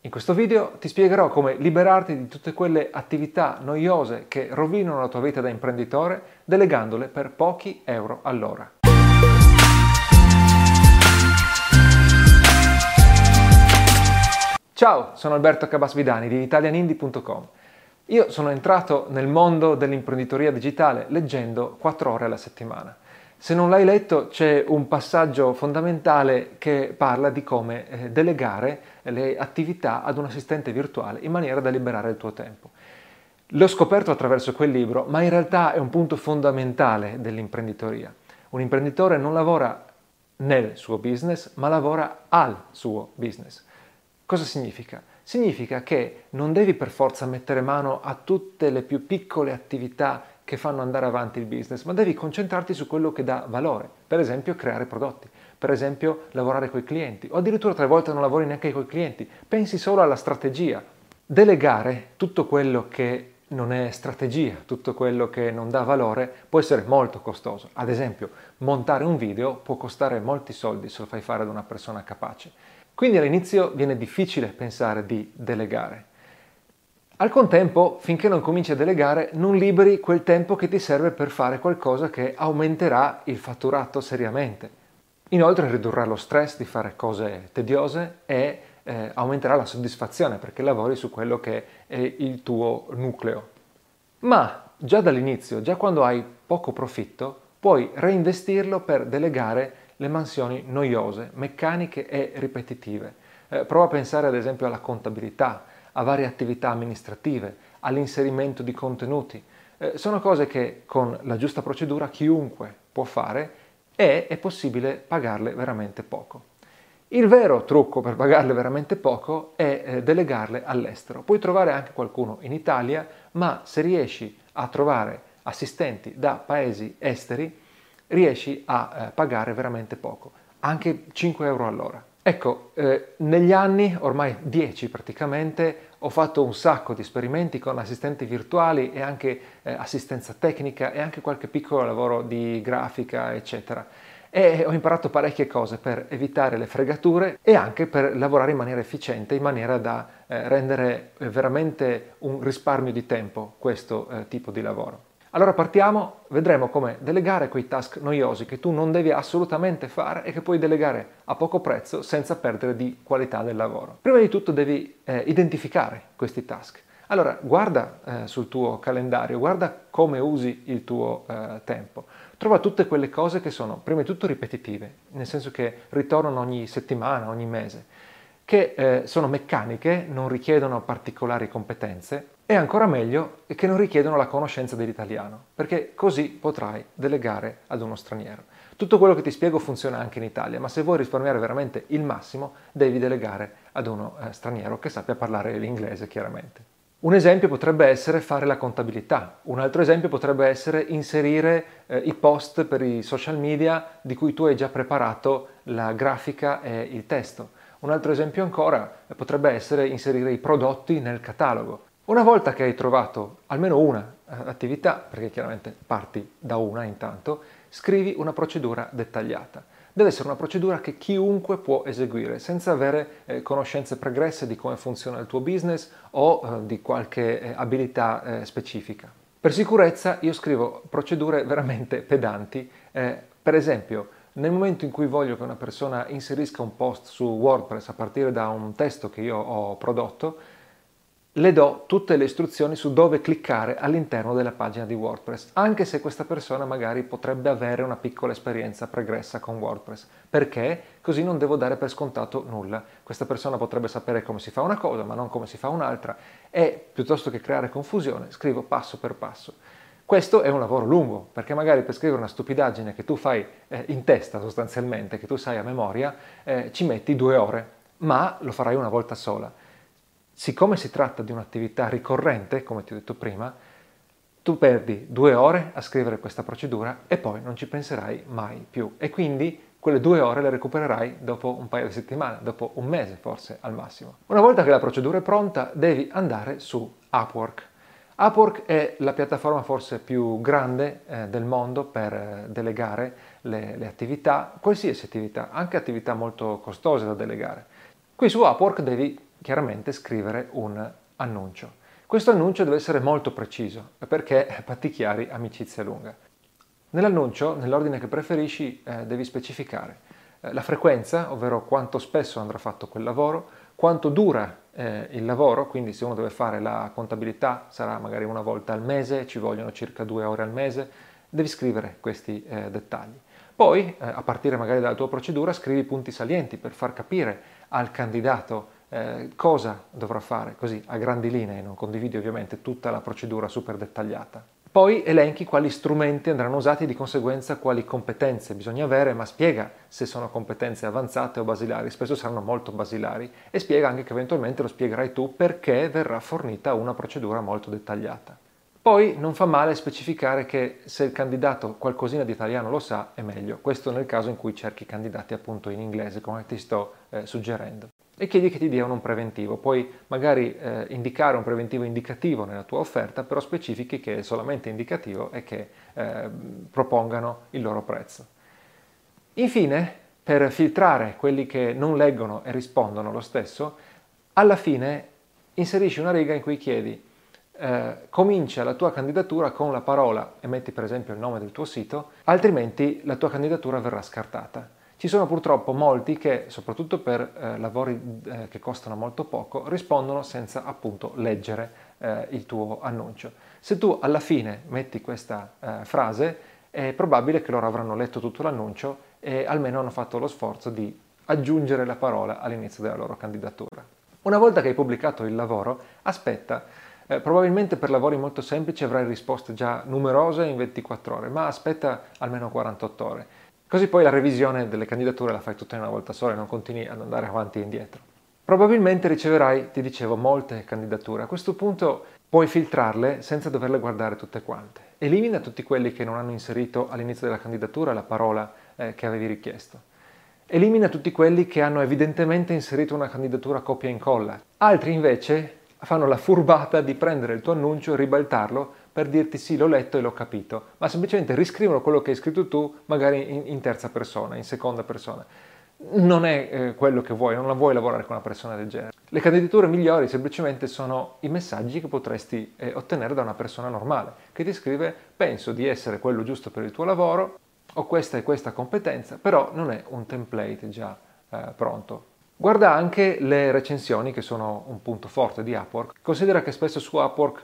In questo video ti spiegherò come liberarti di tutte quelle attività noiose che rovinano la tua vita da imprenditore delegandole per pochi euro all'ora. Ciao, sono Alberto Cabasvidani di italianindie.com. Io sono entrato nel mondo dell'imprenditoria digitale leggendo 4 ore alla settimana. Se non l'hai letto, c'è un passaggio fondamentale che parla di come delegare le attività ad un assistente virtuale in maniera da liberare il tuo tempo. L'ho scoperto attraverso quel libro, ma in realtà è un punto fondamentale dell'imprenditoria. Un imprenditore non lavora nel suo business, ma lavora al suo business. Cosa significa? Significa che non devi per forza mettere mano a tutte le più piccole attività che fanno andare avanti il business, ma devi concentrarti su quello che dà valore. Per esempio creare prodotti, per esempio lavorare con i clienti, o addirittura 3 volte non lavori neanche con i clienti. Pensi solo alla strategia. Delegare tutto quello che non è strategia, tutto quello che non dà valore, può essere molto costoso. Ad esempio, montare un video può costare molti soldi se lo fai fare ad una persona capace. Quindi all'inizio viene difficile pensare di delegare. Al contempo, finché non cominci a delegare, non liberi quel tempo che ti serve per fare qualcosa che aumenterà il fatturato seriamente. Inoltre ridurrà lo stress di fare cose tediose e aumenterà la soddisfazione perché lavori su quello che è il tuo nucleo. Ma già dall'inizio, già quando hai poco profitto, puoi reinvestirlo per delegare le mansioni noiose, meccaniche e ripetitive. Prova a pensare ad esempio alla contabilità, a varie attività amministrative, all'inserimento di contenuti. Sono cose che con la giusta procedura chiunque può fare e è possibile pagarle veramente poco. Il vero trucco per pagarle veramente poco è delegarle all'estero. Puoi trovare anche qualcuno in Italia, ma se riesci a trovare assistenti da paesi esteri, riesci a pagare veramente poco, anche 5 euro all'ora. Ecco, negli anni, ormai 10 praticamente, ho fatto un sacco di esperimenti con assistenti virtuali e anche assistenza tecnica e anche qualche piccolo lavoro di grafica, eccetera. E ho imparato parecchie cose per evitare le fregature e anche per lavorare in maniera efficiente, in maniera da rendere veramente un risparmio di tempo questo tipo di lavoro. Allora partiamo, vedremo come delegare quei task noiosi che tu non devi assolutamente fare e che puoi delegare a poco prezzo senza perdere di qualità del lavoro. Prima di tutto devi identificare questi task. Allora guarda sul tuo calendario, guarda come usi il tuo tempo. Trova tutte quelle cose che sono prima di tutto ripetitive, nel senso che ritornano ogni settimana, ogni mese, che sono meccaniche, non richiedono particolari competenze e ancora meglio che non richiedono la conoscenza dell'italiano, perché così potrai delegare ad uno straniero. Tutto quello che ti spiego funziona anche in Italia, ma se vuoi risparmiare veramente il massimo, devi delegare ad uno straniero che sappia parlare l'inglese, chiaramente. Un esempio potrebbe essere fare la contabilità, un altro esempio potrebbe essere inserire i post per i social media di cui tu hai già preparato la grafica e il testo. Un altro esempio ancora potrebbe essere inserire i prodotti nel catalogo. Una volta che hai trovato almeno una attività, perché chiaramente parti da una intanto, scrivi una procedura dettagliata. Deve essere una procedura che chiunque può eseguire, senza avere conoscenze pregresse di come funziona il tuo business o di qualche abilità specifica. Per sicurezza io scrivo procedure veramente pedanti. Per esempio, nel momento in cui voglio che una persona inserisca un post su WordPress a partire da un testo che io ho prodotto, le do tutte le istruzioni su dove cliccare all'interno della pagina di WordPress, anche se questa persona magari potrebbe avere una piccola esperienza pregressa con WordPress. Perché? Così non devo dare per scontato nulla. Questa persona potrebbe sapere come si fa una cosa, ma non come si fa un'altra, e piuttosto che creare confusione, scrivo passo per passo. Questo è un lavoro lungo, perché magari per scrivere una stupidaggine che tu fai in testa sostanzialmente, che tu sai a memoria, ci metti 2 ore, ma lo farai una volta sola. Siccome si tratta di un'attività ricorrente, come ti ho detto prima, tu perdi 2 ore a scrivere questa procedura e poi non ci penserai mai più. E quindi quelle 2 ore le recupererai dopo un paio di settimane, dopo un mese forse al massimo. Una volta che la procedura è pronta, devi andare su Upwork. Upwork è la piattaforma forse più grande del mondo per delegare le attività, qualsiasi attività, anche attività molto costose da delegare. Qui su Upwork devi chiaramente scrivere un annuncio. Questo annuncio deve essere molto preciso perché patti chiari, amicizia lunga. Nell'annuncio, nell'ordine che preferisci, devi specificare la frequenza, ovvero quanto spesso andrà fatto quel lavoro, quanto dura il lavoro, quindi se uno deve fare la contabilità sarà magari una volta al mese, ci vogliono circa 2 ore al mese, devi scrivere questi dettagli. Poi, a partire magari dalla tua procedura, scrivi punti salienti per far capire al candidato cosa dovrà fare, così a grandi linee, non condividi ovviamente tutta la procedura super dettagliata. Poi elenchi quali strumenti andranno usati e di conseguenza quali competenze bisogna avere, ma spiega se sono competenze avanzate o basilari, spesso saranno molto basilari, e spiega anche che eventualmente lo spiegherai tu perché verrà fornita una procedura molto dettagliata. Poi non fa male specificare che se il candidato qualcosina di italiano lo sa è meglio, questo nel caso in cui cerchi candidati appunto in inglese, come ti sto suggerendo. E chiedi che ti diano un preventivo, puoi magari indicare un preventivo indicativo nella tua offerta, però specifichi che è solamente indicativo e che propongano il loro prezzo. Infine, per filtrare quelli che non leggono e rispondono lo stesso, alla fine inserisci una riga in cui chiedi comincia la tua candidatura con la parola e metti per esempio il nome del tuo sito, altrimenti la tua candidatura verrà scartata. Ci sono purtroppo molti che, soprattutto per lavori che costano molto poco, rispondono senza appunto leggere il tuo annuncio. Se tu alla fine metti questa frase, è probabile che loro avranno letto tutto l'annuncio e almeno hanno fatto lo sforzo di aggiungere la parola all'inizio della loro candidatura. Una volta che hai pubblicato il lavoro, aspetta. Probabilmente per lavori molto semplici avrai risposte già numerose in 24 ore, ma aspetta almeno 48 ore. Così poi la revisione delle candidature la fai tutta in una volta sola e non continui ad andare avanti e indietro. Probabilmente riceverai, ti dicevo, molte candidature. A questo punto puoi filtrarle senza doverle guardare tutte quante. Elimina tutti quelli che non hanno inserito all'inizio della candidatura la parola che avevi richiesto. Elimina tutti quelli che hanno evidentemente inserito una candidatura copia e incolla. Altri invece fanno la furbata di prendere il tuo annuncio e ribaltarlo per dirti sì, l'ho letto e l'ho capito, ma semplicemente riscrivono quello che hai scritto tu, magari in terza persona, in seconda persona. Non è quello che vuoi, non la vuoi lavorare con una persona del genere. Le candidature migliori semplicemente sono i messaggi che potresti ottenere da una persona normale, che ti scrive penso di essere quello giusto per il tuo lavoro, ho questa e questa competenza, però non è un template già pronto. Guarda anche le recensioni, che sono un punto forte di Upwork. Considera che spesso su Upwork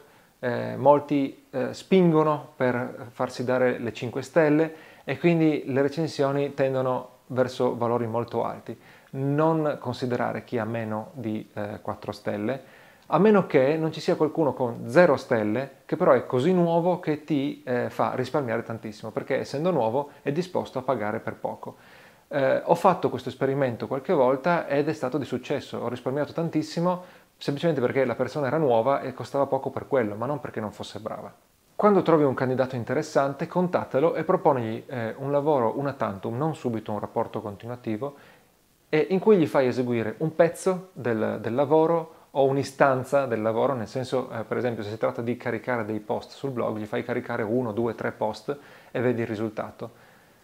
molti spingono per farsi dare le 5 stelle e quindi le recensioni tendono verso valori molto alti. Non considerare chi ha meno di 4 stelle, a meno che non ci sia qualcuno con 0 stelle che però è così nuovo che ti fa risparmiare tantissimo, perché essendo nuovo è disposto a pagare per poco. Ho fatto questo esperimento qualche volta ed è stato di successo, ho risparmiato tantissimo semplicemente perché la persona era nuova e costava poco per quello, ma non perché non fosse brava. Quando trovi un candidato interessante, contattalo e proponigli un lavoro una tantum, non subito un rapporto continuativo, e in cui gli fai eseguire un pezzo del lavoro o un'istanza del lavoro, nel senso, per esempio, se si tratta di caricare dei post sul blog, gli fai caricare 1, 2, 3 post e vedi il risultato.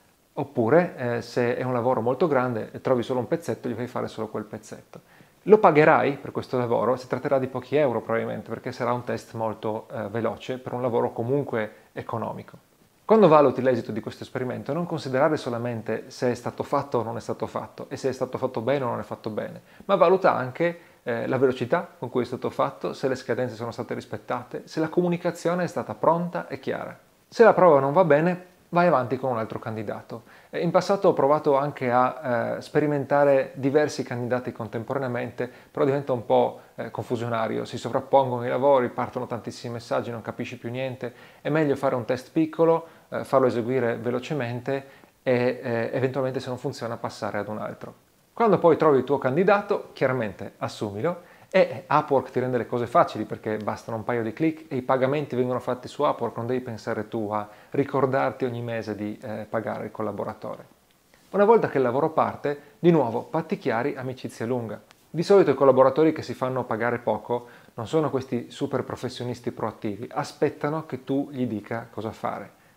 Oppure, se è un lavoro molto grande e trovi solo un pezzetto, gli fai fare solo quel pezzetto. Lo pagherai per questo lavoro, si tratterà di pochi euro probabilmente, perché sarà un test molto veloce per un lavoro comunque economico. Quando valuti l'esito di questo esperimento, non considerare solamente se è stato fatto o non è stato fatto e se è stato fatto bene o non è fatto bene, ma valuta anche la velocità con cui è stato fatto, se le scadenze sono state rispettate, se la comunicazione è stata pronta e chiara. Se la prova non va bene, vai avanti con un altro candidato. In passato ho provato anche a sperimentare diversi candidati contemporaneamente, però diventa un po' confusionario, si sovrappongono i lavori, partono tantissimi messaggi, non capisci più niente. È meglio fare un test piccolo, farlo eseguire velocemente e eventualmente, se non funziona, passare ad un altro. Quando poi trovi il tuo candidato, chiaramente assumilo. E Upwork ti rende le cose facili perché bastano un paio di click e i pagamenti vengono fatti su Upwork, non devi pensare tu a ricordarti ogni mese di pagare il collaboratore. Una volta che il lavoro parte, di nuovo, patti chiari, amicizia lunga. Di solito i collaboratori che si fanno pagare poco non sono questi super professionisti proattivi, aspettano che tu gli dica cosa fare.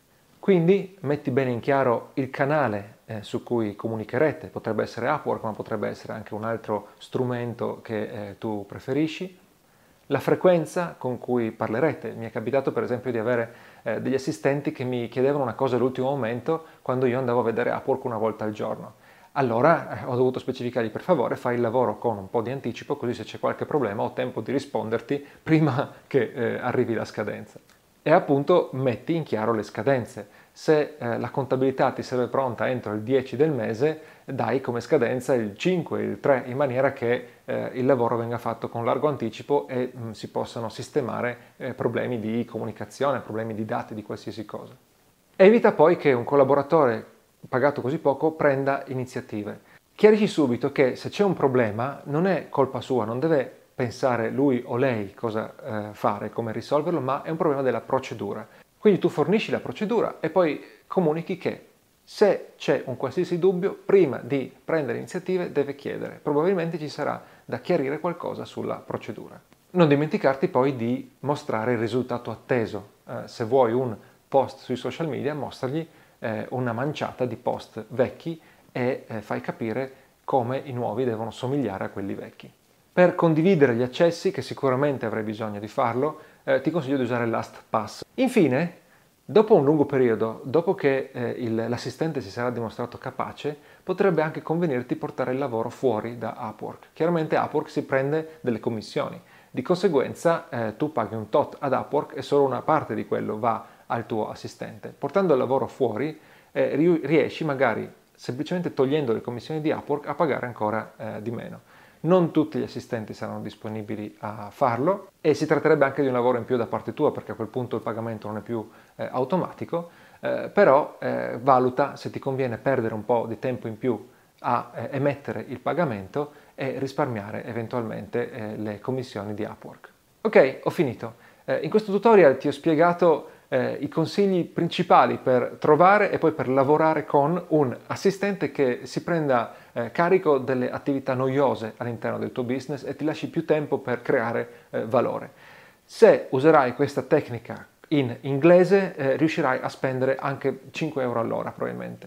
Quindi metti bene in chiaro il canale su cui comunicherete, potrebbe essere Upwork, ma potrebbe essere anche un altro strumento che tu preferisci. La frequenza con cui parlerete. Mi è capitato per esempio di avere degli assistenti che mi chiedevano una cosa all'ultimo momento quando io andavo a vedere Upwork una volta al giorno. Allora ho dovuto specificargli: per favore fai il lavoro con un po' di anticipo, così se c'è qualche problema ho tempo di risponderti prima che arrivi la scadenza. E appunto metti in chiaro le scadenze. Se la contabilità ti serve pronta entro il 10 del mese, dai come scadenza il 5, il 3, in maniera che il lavoro venga fatto con largo anticipo e si possano sistemare problemi di comunicazione, problemi di dati, di qualsiasi cosa. Evita poi che un collaboratore pagato così poco prenda iniziative. Chiarisci subito che se c'è un problema non è colpa sua, non deve pensare lui o lei cosa fare, come risolverlo, ma è un problema della procedura. Quindi tu fornisci la procedura e poi comunichi che se c'è un qualsiasi dubbio, prima di prendere iniziative deve chiedere. Probabilmente ci sarà da chiarire qualcosa sulla procedura. Non dimenticarti poi di mostrare il risultato atteso. Se vuoi un post sui social media, mostragli una manciata di post vecchi e fai capire come i nuovi devono somigliare a quelli vecchi. Per condividere gli accessi, che sicuramente avrai bisogno di farlo, ti consiglio di usare LastPass. Infine, dopo un lungo periodo, dopo che l'assistente si sarà dimostrato capace, potrebbe anche convenirti portare il lavoro fuori da Upwork. Chiaramente Upwork si prende delle commissioni, di conseguenza tu paghi un tot ad Upwork e solo una parte di quello va al tuo assistente. Portando il lavoro fuori riesci magari, semplicemente togliendo le commissioni di Upwork, a pagare ancora di meno. Non tutti gli assistenti saranno disponibili a farlo e si tratterebbe anche di un lavoro in più da parte tua, perché a quel punto il pagamento non è più automatico, però valuta se ti conviene perdere un po' di tempo in più a emettere il pagamento e risparmiare eventualmente le commissioni di Upwork. Ok, ho finito. In questo tutorial ti ho spiegato i consigli principali per trovare e poi per lavorare con un assistente che si prenda carico delle attività noiose all'interno del tuo business e ti lasci più tempo per creare valore. Se userai questa tecnica in inglese riuscirai a spendere anche 5 euro all'ora probabilmente,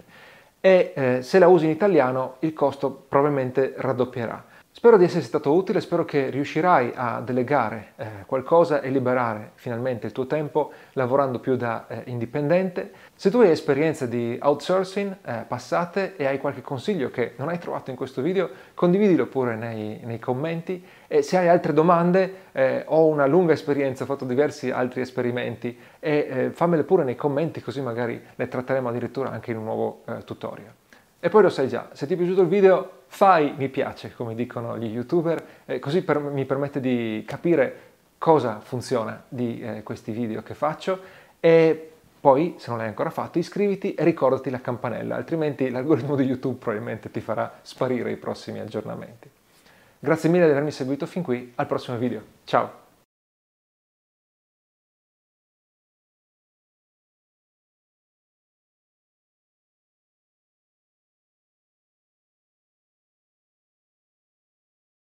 e se la usi in italiano il costo probabilmente raddoppierà. Spero di esserti stato utile, spero che riuscirai a delegare qualcosa e liberare finalmente il tuo tempo lavorando più da indipendente. Se tu hai esperienze di outsourcing passate e hai qualche consiglio che non hai trovato in questo video, condividilo pure nei commenti, e se hai altre domande, ho una lunga esperienza, ho fatto diversi altri esperimenti e fammele pure nei commenti, così magari le tratteremo addirittura anche in un nuovo tutorial. E poi lo sai già, se ti è piaciuto il video fai mi piace, come dicono gli youtuber, così mi permette di capire cosa funziona di questi video che faccio, e poi se non l'hai ancora fatto iscriviti e ricordati la campanella, altrimenti l'algoritmo di YouTube probabilmente ti farà sparire i prossimi aggiornamenti. Grazie mille di avermi seguito fin qui, al prossimo video, ciao!